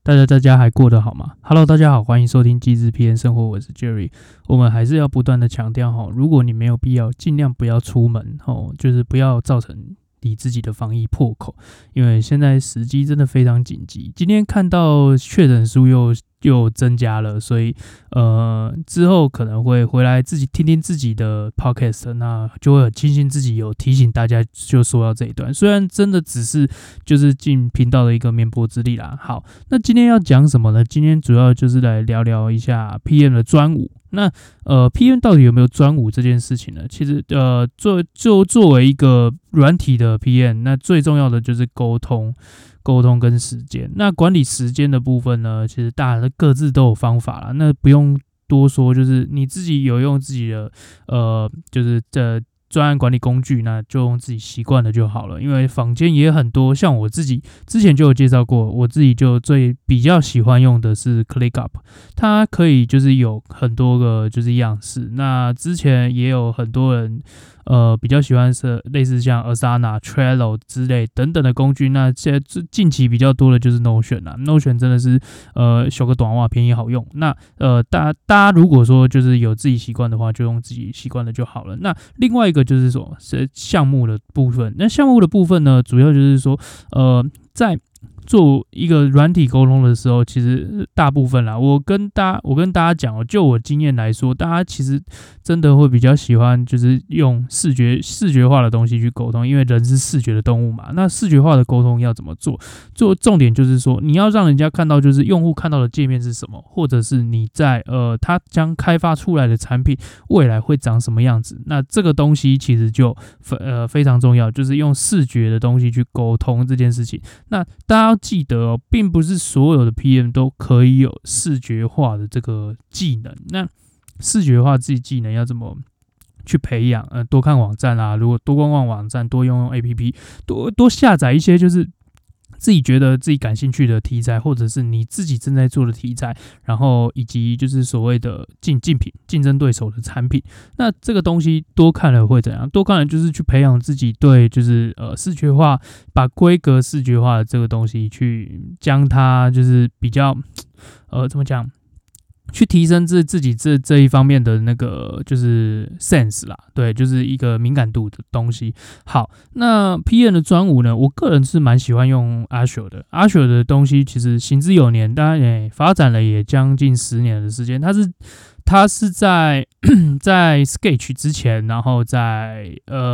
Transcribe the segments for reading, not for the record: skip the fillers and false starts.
大家还过得好吗？Hello，大家好，欢迎收听机智 PM 生活，我是 Jerry。我们还是要不断的强调如果你没有必要，尽量不要出门就是不要造成你自己的防疫破口，因为现在时机真的非常紧急。今天看到确诊数又增加了，所以之后可能会回来自己听听自己的 podcast， 那就会很庆幸自己有提醒大家就说到这一段，虽然真的只是就是尽频道的一个绵薄之力啦。好，那今天要讲什么呢？今天主要就是来聊聊一下 PM 的专武。那PM 到底有没有专武这件事情呢？其实作为一个软体的 PM， 那最重要的就是沟通跟时间。那管理时间的部分呢，其实大家各自都有方法啦，那不用多说，就是你自己有用自己的就是专案管理工具，那就用自己习惯了就好了。因为坊间也很多，像我自己之前就有介绍过，我自己就比较喜欢用的是 ClickUp， 它可以就是有很多个就是样式。那之前也有很多人比较喜欢是类似像 Asana、Trello 之类等等的工具。那现在近期比较多的就是 Notion 啦，Notion 真的是修个短袜便宜好用。那大家如果说就是有自己习惯的话，就用自己习惯的就好了。那另外一个就是说是项目的部分。那项目的部分呢，主要就是说在做一个软体沟通的时候，其实大部分啦，我跟大家讲就我经验来说，大家其实真的会比较喜欢就是用视觉化的东西去沟通，因为人是视觉的动物嘛。那视觉化的沟通要怎么做？重点就是说，你要让人家看到就是用户看到的界面是什么，或者是你在他将开发出来的产品未来会长什么样子。那这个东西其实就非常重要，就是用视觉的东西去沟通这件事情。那大家要记得并不是所有的 PM 都可以有视觉化的这个技能。那视觉化自己技能要怎么去培养？多看网站啦，如果多逛逛网站，多用 APP， 多下载一些就是自己觉得自己感兴趣的题材，或者是你自己正在做的题材，然后以及就是所谓的竞争对手的产品。那这个东西多看了会怎样？多看了就是去培养自己对就是视觉化，把规格视觉化的这个东西去将它就是比较怎么讲？去提升自己这一方面的那个就是 sense 啦，对，就是一个敏感度的东西。好，那 PM 的专武呢，我个人是蛮喜欢用 Azure 的。Azure 的东西其实行之有年，当然也发展了也将近10年的时间。它是在Sketch 之前，然后在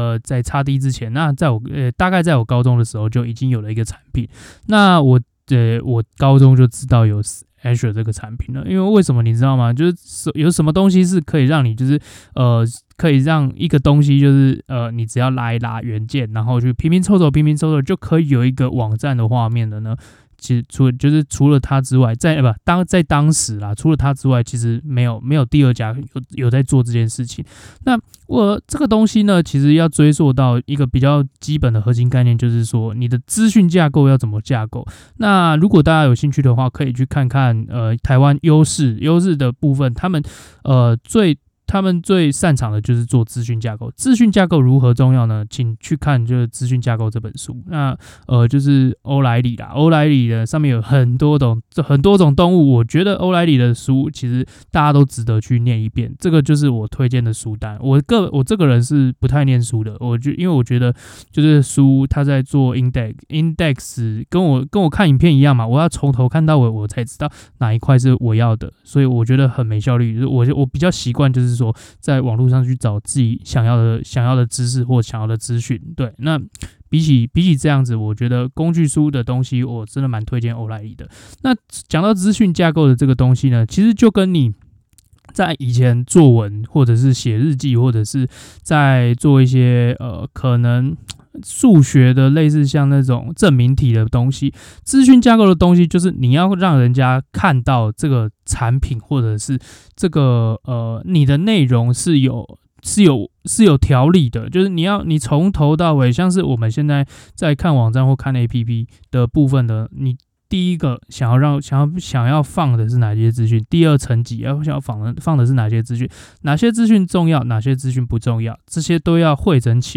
XD 之前，那大概在我高中的时候就已经有了一个产品。那我高中就知道有Azure 这个产品了。因为为什么你知道吗？就是有什么东西是可以让你就是可以让一个东西就是你只要拉一拉元件，然后去拼拼凑凑就可以有一个网站的画面的呢？其实除了它之外，在当时啦，除了它之外，其实没有第二家有在做这件事情。那这个东西呢，其实要追溯到一个比较基本的核心概念，就是说你的资讯架构要怎么架构。那如果大家有兴趣的话，可以去看看台湾优势的部分，他们最擅长的就是做资讯架构。资讯架构如何重要呢？请去看就是《资讯架构》这本书。那就是欧莱里啦，欧莱里的上面有很多种动物。我觉得欧莱里的书其实大家都值得去念一遍。这个就是我推荐的书单。我这个人是不太念书的，因为我觉得就是书他在做 index 跟我看影片一样嘛，我要从头看到尾，我才知道哪一块是我要的，所以我觉得很没效率。我比较习惯就是说在网络上去找自己想要的知识或想要的资讯。对，那比起这样子，我觉得工具书的东西我真的蛮推荐欧莱里的。那讲到资讯架构的这个东西呢，其实就跟你在以前作文或者是写日记，或者是在做一些可能数学的类似像那种证明题的东西，资讯架构的东西就是你要让人家看到这个产品或者是这个你的内容是有条理的，就是你从头到尾，像是我们现在在看网站或看 APP 的部分的，你第一个想要放的是哪些资讯？第二层级想要放的是哪些资讯？哪些资讯重要？哪些资讯不重要？这些都要汇整起来。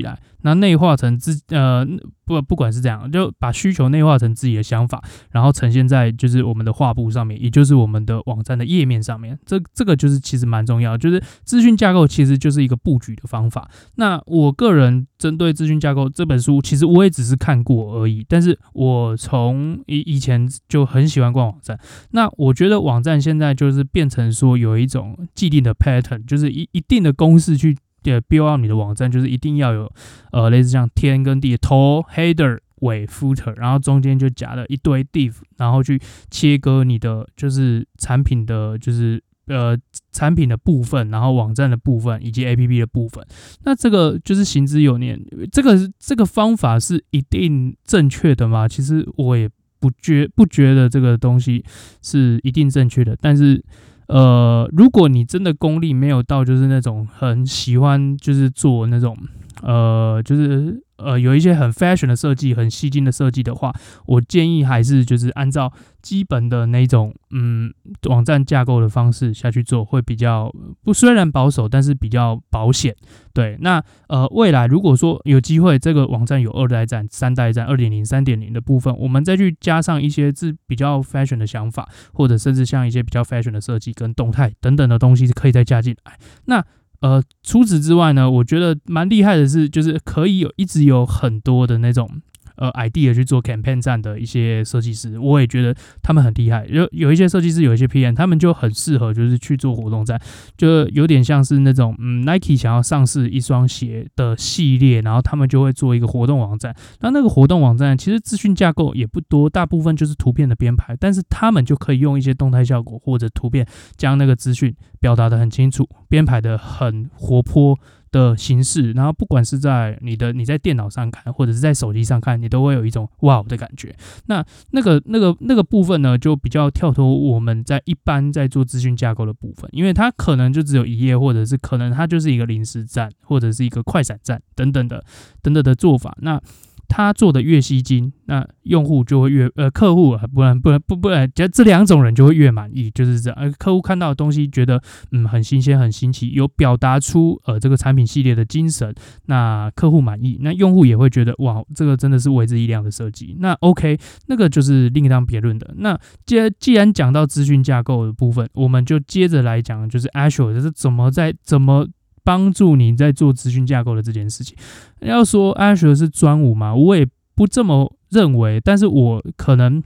那内化成不管是这样，就把需求内化成自己的想法，然后呈现在就是我们的画布上面，也就是我们的网站的页面上面。这个就是其实蛮重要的，就是资讯架构其实就是一个布局的方法。那我个人针对资讯架构这本书，其实我也只是看过而已，但是我从以前就很喜欢逛网站。那我觉得网站现在就是变成说有一种既定的 pattern， 就是一定的公式去build up 你的网站，就是一定要有类似像天跟地，头 header 尾 footer， 然后中间就夹了一堆 div， 然后去切割你的就是产品的就是产品的部分，然后网站的部分以及 APP 的部分。那这个就是行之有年，这个方法是一定正确的吗？其实我也不觉得这个东西是一定正确的，但是如果你真的功力没有到，就是那种很喜欢就是做那种就是有一些很 fashion 的设计、很吸睛的设计的话，我建议还是就是按照基本的那种网站架构的方式下去做，会比较虽然保守，但是比较保险。对，那未来如果说有机会，这个网站有2代站、3代站、2.0、3.0的部分，我们再去加上一些比较 fashion 的想法，或者甚至像一些比较 fashion 的设计跟动态等等的东西，可以再加进来。那除此之外呢，我觉得蛮厉害的是，就是可以一直有很多的那种idea 去做 campaign 站的一些设计师，我也觉得他们很厉害。有一些设计师，有一些 PM， 他们就很适合就是去做活动站，就有点像是那种Nike 想要上市一双鞋的系列，然后他们就会做一个活动网站。那个活动网站其实资讯架构也不多，大部分就是图片的编排，但是他们就可以用一些动态效果或者图片将那个资讯表达得很清楚，编排得很活泼的形式，然后不管是在你在电脑上看，或者是在手机上看，你都会有一种哇的感觉。那个部分呢，就比较跳脱我们在一般在做资讯架构的部分，因为它可能就只有一页，或者是可能它就是一个临时站，或者是一个快闪站等等的做法。那他做的越吸睛，那用户就会客户不然，这两种人就会越满意，就是这样。客户看到的东西觉得很新鲜、很新奇，有表达出这个产品系列的精神，那客户满意，那用户也会觉得哇，这个真的是为之一亮的设计。那 OK， 那个就是另当别论的。那既然讲到资讯架构的部分，我们就接着来讲，就是 Azure 就是怎么帮助你在做资讯架构的这件事情。要说 Azure 是专武嘛，我也不这么认为，但是我可能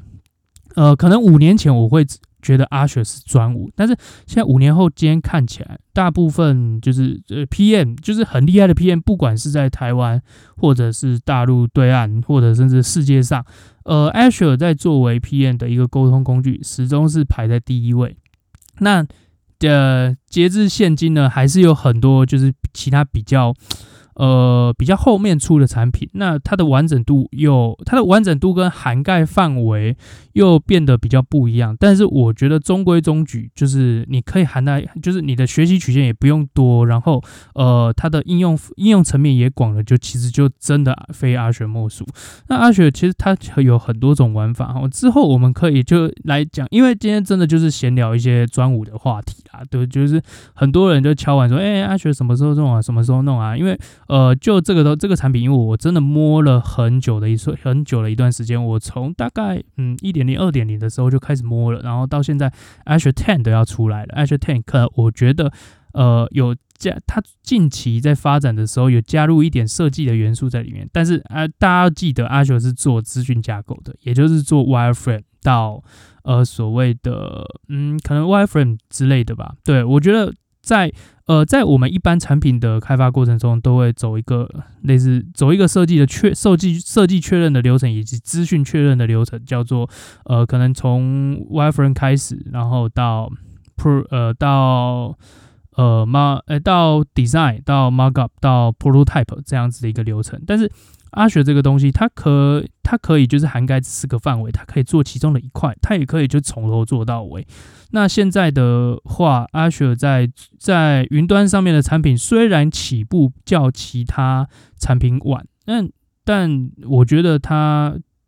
5年前我会觉得 Azure 是专武，但是现在5年后，今天看起来，大部分就是PM 就是很厉害的 PM， 不管是在台湾或者是大陆对岸，或者甚至世界上，Azure 在作为 PM 的一个沟通工具，始终是排在第一位。那截至现今呢，还是有很多就是其他比较后面出的产品，那它的完整度跟涵盖范围又变得比较不一样。但是我觉得中规中矩，就是你可以涵盖，就是你的学习曲线也不用多，然后它的应用层面也广了，就其实就真的非Azure莫属。那Azure其实它有很多种玩法，之后我们可以就来讲，因为今天真的就是闲聊一些专武的话题啦，对，就是很多人就敲碗说，Azure 什么时候弄啊，什么时候弄啊？因为就这个产品，因为我真的摸了很久的一段时间，我从大概1.0、2.0的时候就开始摸了，然后到现在 Azure 10都要出来了。Azure 10我觉得它近期在发展的时候有加入一点设计的元素在里面，但是大家要记得 Azure 是做资讯架构的，也就是做 wireframe 到所谓的可能 wireframe 之类的吧。对，我觉得在我们一般产品的开发过程中，都会走一个设计的设计确认的流程，以及资讯确认的流程，叫做可能从 wireframe 开始，然后到到 design 到 markup 到 prototype 这样子的一个流程。但是Azure 这个东西，它可以就是涵盖这4个范围，它可以做其中的一块，它也可以就从头做到尾。那现在的话 ，Azure 在云端上面的产品虽然起步较其他产品晚，但我觉得它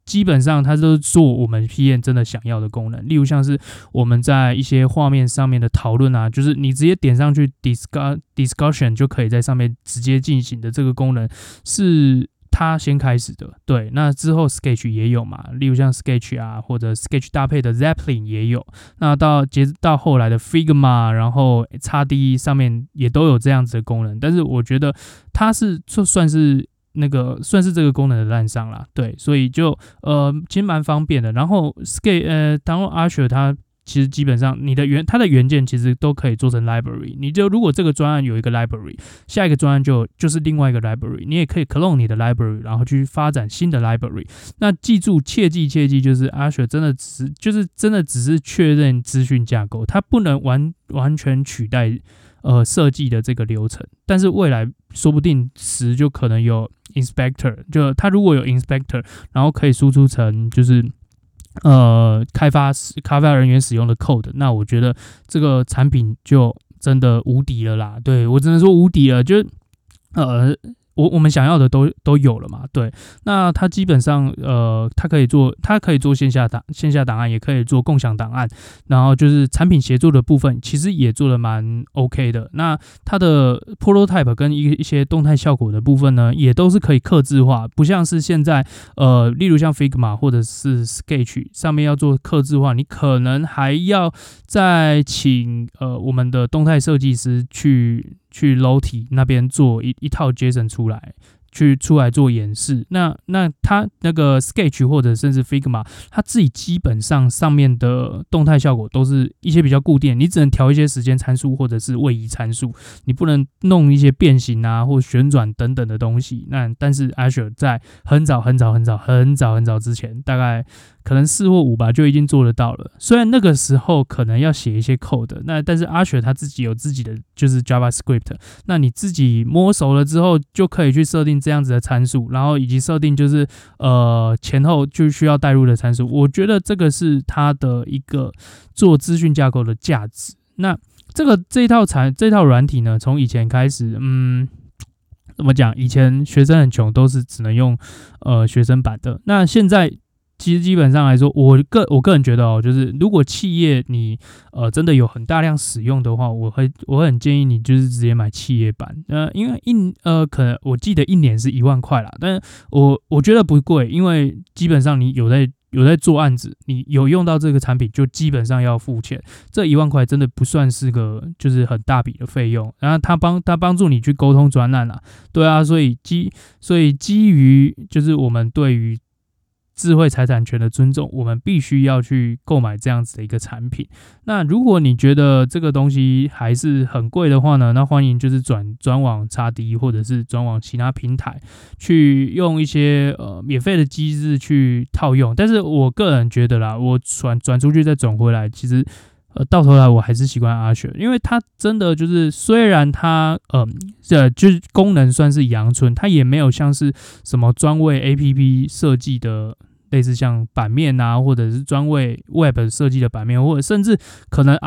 基本上它都是做我们 PM 真的想要的功能，例如像是我们在一些画面上面的讨论啊，就是你直接点上去 discussion 就可以在上面直接进行的这个功能是它先开始的。对，那之后 Sketch 也有嘛，例如像 Sketch 啊，或者 Sketch 搭配的 Zeppelin 也有，那截至到后来的 Figma， 然后 XD 上面也都有这样子的功能，但是我觉得它就算是这个功能的滥觞啦，对，所以就其实蛮方便的。然后当 Azure 它其实基本上它的元件其实都可以做成 library， 你就如果这个专案有一个 library， 下一个专案就是另外一个 library， 你也可以 clone 你的 library， 然后去发展新的 library。那记住，切记，就是 Azure 真的只是确认资讯架构，它不能完全取代设计的这个流程，但是未来说不定就可能有 inspector， 就它如果有 inspector， 然后可以输出成就是开发人员使用的 code， 那我觉得这个产品就真的无敌了啦。对，我只能说无敌了，就是我们想要的都有了嘛，对。那它基本上它可以做线下档案，也可以做共享档案，然后就是产品协作的部分，其实也做得蛮 OK 的。那它的 prototype 跟一些动态效果的部分呢，也都是可以客制化，不像是现在例如像 Figma 或者是 Sketch 上面要做客制化，你可能还要再请我们的动态设计师去 Lottie 那边做一套 JSON 出来做演示。那它那个 Sketch 或者甚至 Figma， 它自己基本上上面的动态效果都是一些比较固定，你只能调一些时间参数或者是位移参数，你不能弄一些变形啊或旋转等等的东西。但是 Azure 在很早之前，大概可能4或5吧，就已经做得到了。虽然那个时候可能要写一些 code， 但是 Azure 它自己有自己的就是 JavaScript， 那你自己摸熟了之后，就可以去设定这样子的参数，然后以及设定就是前后就需要带入的参数。我觉得这个是它的一个做资讯架构的价值。那这一套软体呢，从以前开始，怎么讲？以前学生很穷，都是只能用学生版的。那现在其实基本上来说，我个人觉得就是如果企业你真的有很大量使用的话，我会很建议你就是直接买企业版。因为可能我记得1年是1万块啦，但是我觉得不贵，因为基本上你有在做案子，你有用到这个产品，就基本上要付钱。这1万块真的不算是个就是很大笔的费用，然后它帮助你去沟通专案啦，对啊，所以基于就是我们对于智慧财产权的尊重，我们必须要去购买这样子的一个产品。那如果你觉得这个东西还是很贵的话呢，那欢迎就是转往XD或者是转往其他平台去用一些免费的机制去套用。但是我个人觉得啦，我转出去再转回来，其实到头来我还是习惯 Azure， 因为它真的就是虽然它就是功能算是阳春，它也没有像是什么专为 APP 设计的类似像版面啊，或者是专为 Web 设计的版面，或者甚至可能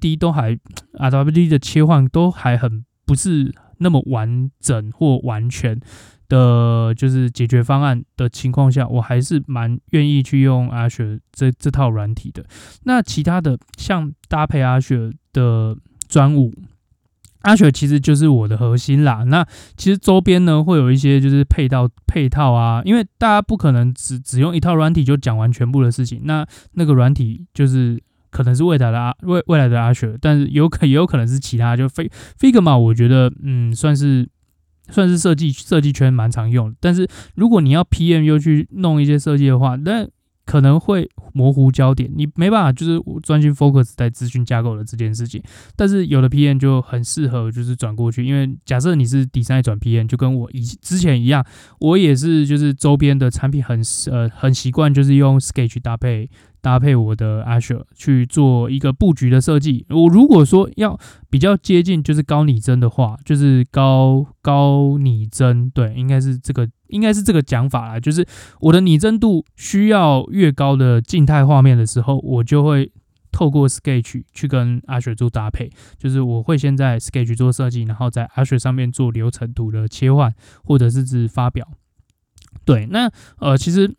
RWD 的切换都还很不是那么完整或完全的，就是解决方案的情况下，我还是蛮愿意去用 Azure 这套软体的。那其他的像搭配 Azure 的专务，Azure 其实就是我的核心啦。那其实周边呢会有一些就是配套啊，因为大家不可能只用一套软体就讲完全部的事情。那个软体就是可能是未来的 Azure， 但是也有可能是其他。就 Figma 我觉得算是设计圈蛮常用的。但是如果你要 PM 又去弄一些设计的话，那可能会模糊焦点，你没办法就是专心 focus 在资讯架构的这件事情。但是有的 PM 就很适合就是转过去，因为假设你是 design 转 PM， 就跟我之前一样，我也是就是周边的产品很习惯就是用 Sketch 搭配我的 Azure 去做一个布局的设计。我如果说要比较接近就是高拟真的话，就是高拟真，对，应该是这个讲法啦。就是我的拟真度需要越高的静态画面的时候，我就会透过 Sketch 去跟 Azure 做搭配。就是我会先在 Sketch 做设计，然后在 Azure 上面做流程图的切换，或者是指发表。对，那其实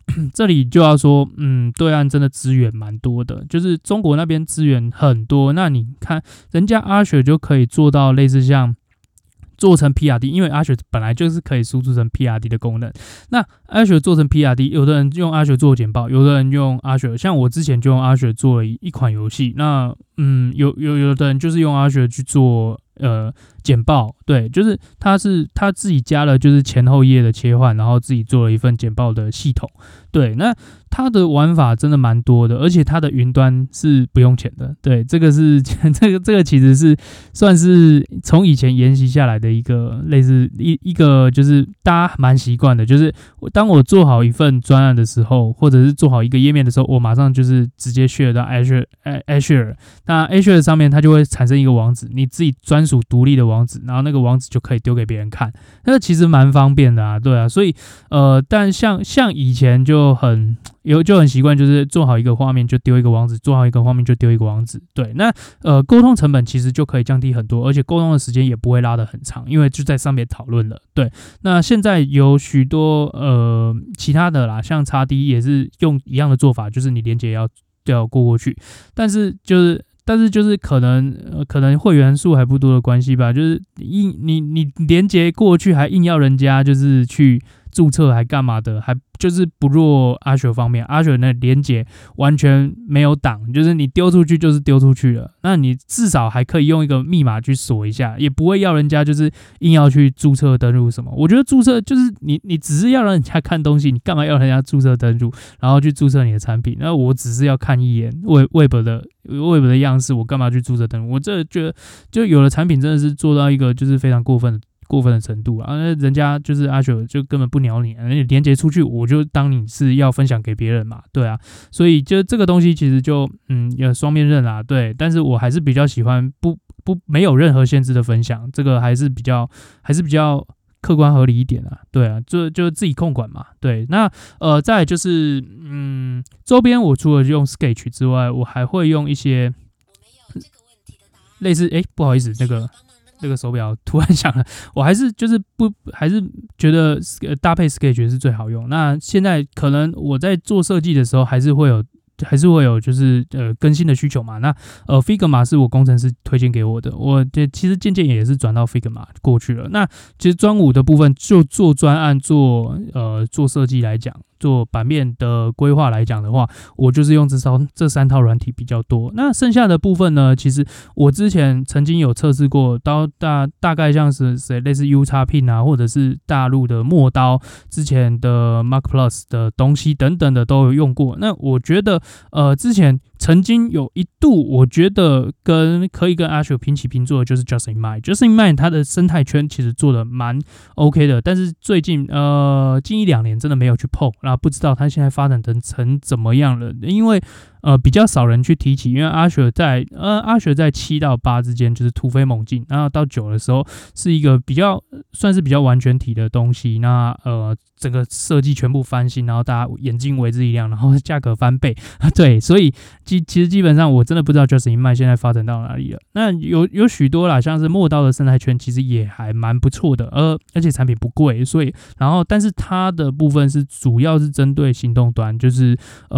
这里就要说，对岸真的资源蛮多的，就是中国那边资源很多。那你看，人家 Azure 就可以做到类似像做成 PRD， 因为 Azure 本来就是可以输出成 PRD 的功能。那 Azure 做成 PRD， 有的人用 Azure 做简报，有的人用 Azure， 像我之前就用 Azure 做了一款游戏。那有的人就是用 Azure 去做简报，对，就是他自己加了就是前后页的切换，然后自己做了一份简报的系统。对，那它的玩法真的蛮多的，而且它的云端是不用钱的。对，这个是这个其实是算是从以前沿袭下来的一个类似一个就是大家蛮习惯的，就是当我做好一份专案的时候，或者是做好一个页面的时候，我马上就是直接 share 到 Azure。那 Azure 上面它就会产生一个网址，你自己专属独立的网址，然后那个网址就可以丢给别人看，那个其实蛮方便的啊，对啊，所以但像以前就很习惯，就是做好一个画面就丢一个网址，做好一个画面就丢一个网址，对，那沟通成本其实就可以降低很多，而且沟通的时间也不会拉得很长，因为就在上面讨论了，对，那现在有许多其他的啦，像 XD 也是用一样的做法，就是你连结要过去，但是就是可能会员数还不多的关系吧，就是你连结过去还硬要人家就是去注册还干嘛的，还就是不弱 Azure 方面 ，Azure 那连结完全没有挡，就是你丢出去就是丢出去了，那你至少还可以用一个密码去锁一下，也不会要人家就是硬要去注册登录什么。我觉得注册就是你只是要让人家看东西，你干嘛要人家注册登录，然后去注册你的产品？那我只是要看一眼 Web 的样式，我干嘛去注册登录？我这觉得就有的产品真的是做到一个就是非常过分的程度啊！那人家就是 Azure 就根本不鸟你，而且连接出去，我就当你是要分享给别人嘛，对啊，所以就这个东西其实就有双面刃啦，对，但是我还是比较喜欢没有任何限制的分享，这个还是比较客观合理一点啊，对啊，就自己控管嘛，对，那再来就是周边我除了用 Sketch 之外，我还会用一些类似不好意思，那个手表突然响了，我还是觉得搭配 Sketch 是最好用。那现在可能我在做设计的时候，还是会有就是更新的需求嘛。那Figma 是我工程师推荐给我的，我其实渐渐也是转到 Figma 过去了。那其实专五的部分就做专案做设计来讲，做版面的规划来讲的话，我就是用这三套软体比较多。那剩下的部分呢，其实我之前曾经有测试过，大概像是类似 UXPin 啊，或者是大陆的陌刀之前的 Mark Plus 的东西等等的都有用过。那我觉得之前曾经有一度，我觉得可以跟 Azure 平起平坐的就是 Just in Mind。Just in Mind 它的生态圈其实做的蛮 OK 的，但是最近近1-2年真的没有去碰，然后不知道它现在发展成怎么样了，因为比较少人去提起，因为 Azure 在7到8之间就是突飞猛进，然后到9的时候是一个算是比较完全体的东西，那整个设计全部翻新，然后大家眼睛为之一亮，然后价格翻倍，对，所以其实基本上我真的不知道 Just in Mind 现在发展到哪里了。那有许多啦，像是陌刀的生态圈其实也还蛮不错的，而且产品不贵，所以但是它的部分是主要是针对行动端，就是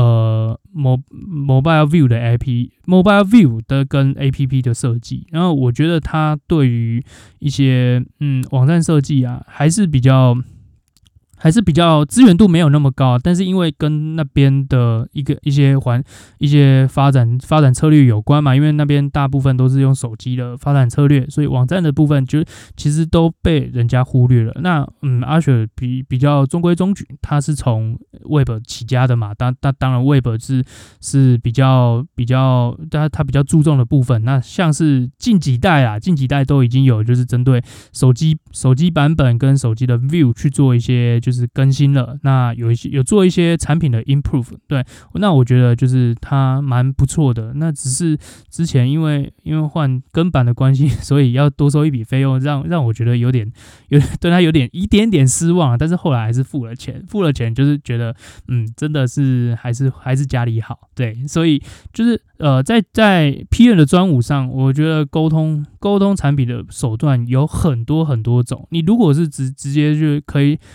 Mobile View 的 Mobile View 的跟 APP 的设计，然后我觉得它对于一些网站设计啊，还是比较资源度没有那么高，但是因为跟那边的一些发展策略有关嘛，因为那边大部分都是用手机的发展策略，所以网站的部分就其实都被人家忽略了。那Azure 比较中规中矩，它是从 Web 起家的嘛，当然 Web 是比较它比较注重的部分。那像是近几代都已经有就是针对手机版本跟手机的 View 去做一些就是更新了，那有做一些产品的 improve， 对，那我觉得就是它蛮不错的。那只是之前因为换更版的关系，所以要多收一笔费用，让我觉得有点对它有一点点失望，但是后来还是付了钱就是觉得真的是还是家里好，对，所以就是在 PM 的专五上，我觉得沟通产品的手段有很多很多种。你如果是直接就可以写一份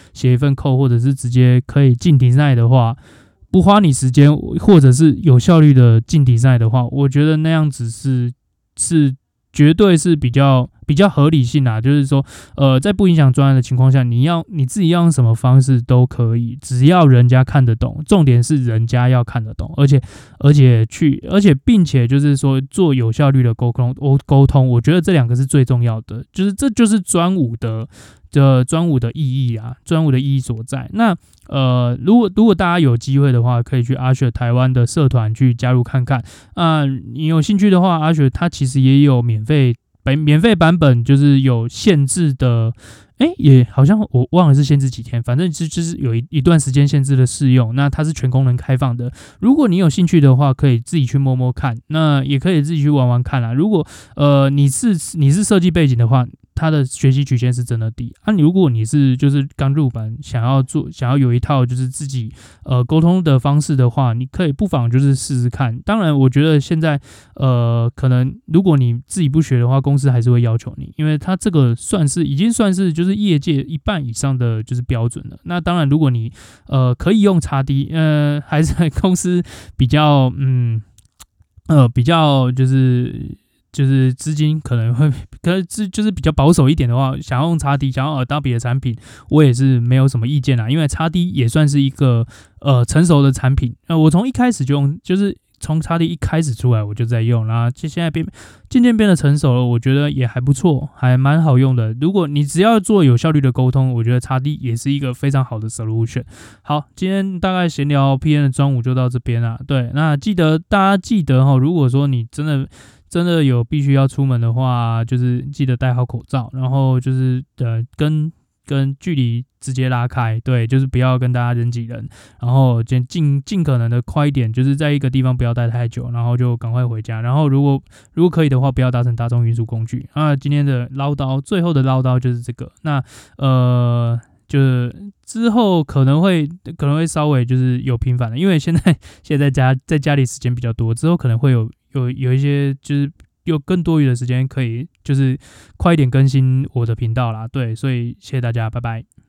份扣，或者是直接可以进比赛的话，不花你时间，或者是有效率的进比赛的话，我觉得那样子是绝对是比较合理性啊，就是说，在不影响专案的情况下，你自己要用什么方式都可以，只要人家看得懂，重点是人家要看得懂，而且并且就是说做有效率的沟通，我觉得这两个是最重要的，这就是专武的意义啊，专武的意义所在。那如果大家有机会的话，可以去阿雪台湾的社团去加入看看。你有兴趣的话，阿雪它其实也有免费版本，就是有限制的，也好像我忘了是限制几天，反正就是有一段时间限制的试用。那它是全功能开放的，如果你有兴趣的话，可以自己去摸摸看，那也可以自己去玩玩看啦。如果你是设计背景的话，它的学习曲线是真的低啊。如果你是就是刚入门，想要有一套就是自己沟通的方式的话，你可以不妨就是试试看。当然，我觉得现在可能如果你自己不学的话，公司还是会要求你，因为它这个已经算是就是业界一半以上的就是标准了。那当然，如果你可以用XD，还是公司比较比较就是资金可能就是比较保守一点的话，想要用XD，想要当别的产品，我也是没有什么意见啦，因为XD也算是一个成熟的产品。我从一开始就用，就是从XD一开始出来我就在用，然后现在渐渐变得成熟了，我觉得也还不错，还蛮好用的。如果你只要做有效率的沟通，我觉得XD也是一个非常好的 solution。好，今天大概闲聊 PM 的专武就到这边啦。对，那大家记得如果说你真的有必须要出门的话，就是记得戴好口罩，然后就是跟距离直接拉开，对，就是不要跟大家人挤人，然后尽可能的快一点，就是在一个地方不要待太久，然后就赶快回家。然后如果可以的话，不要搭乘大众运输工具。今天的最后的唠叨就是这个。那就是之后可能会稍微就是有频繁的，因为现在在家里时间比较多，之后可能会有一些就是有更多余的时间可以就是快一点更新我的频道啦。对，所以谢谢大家，拜拜。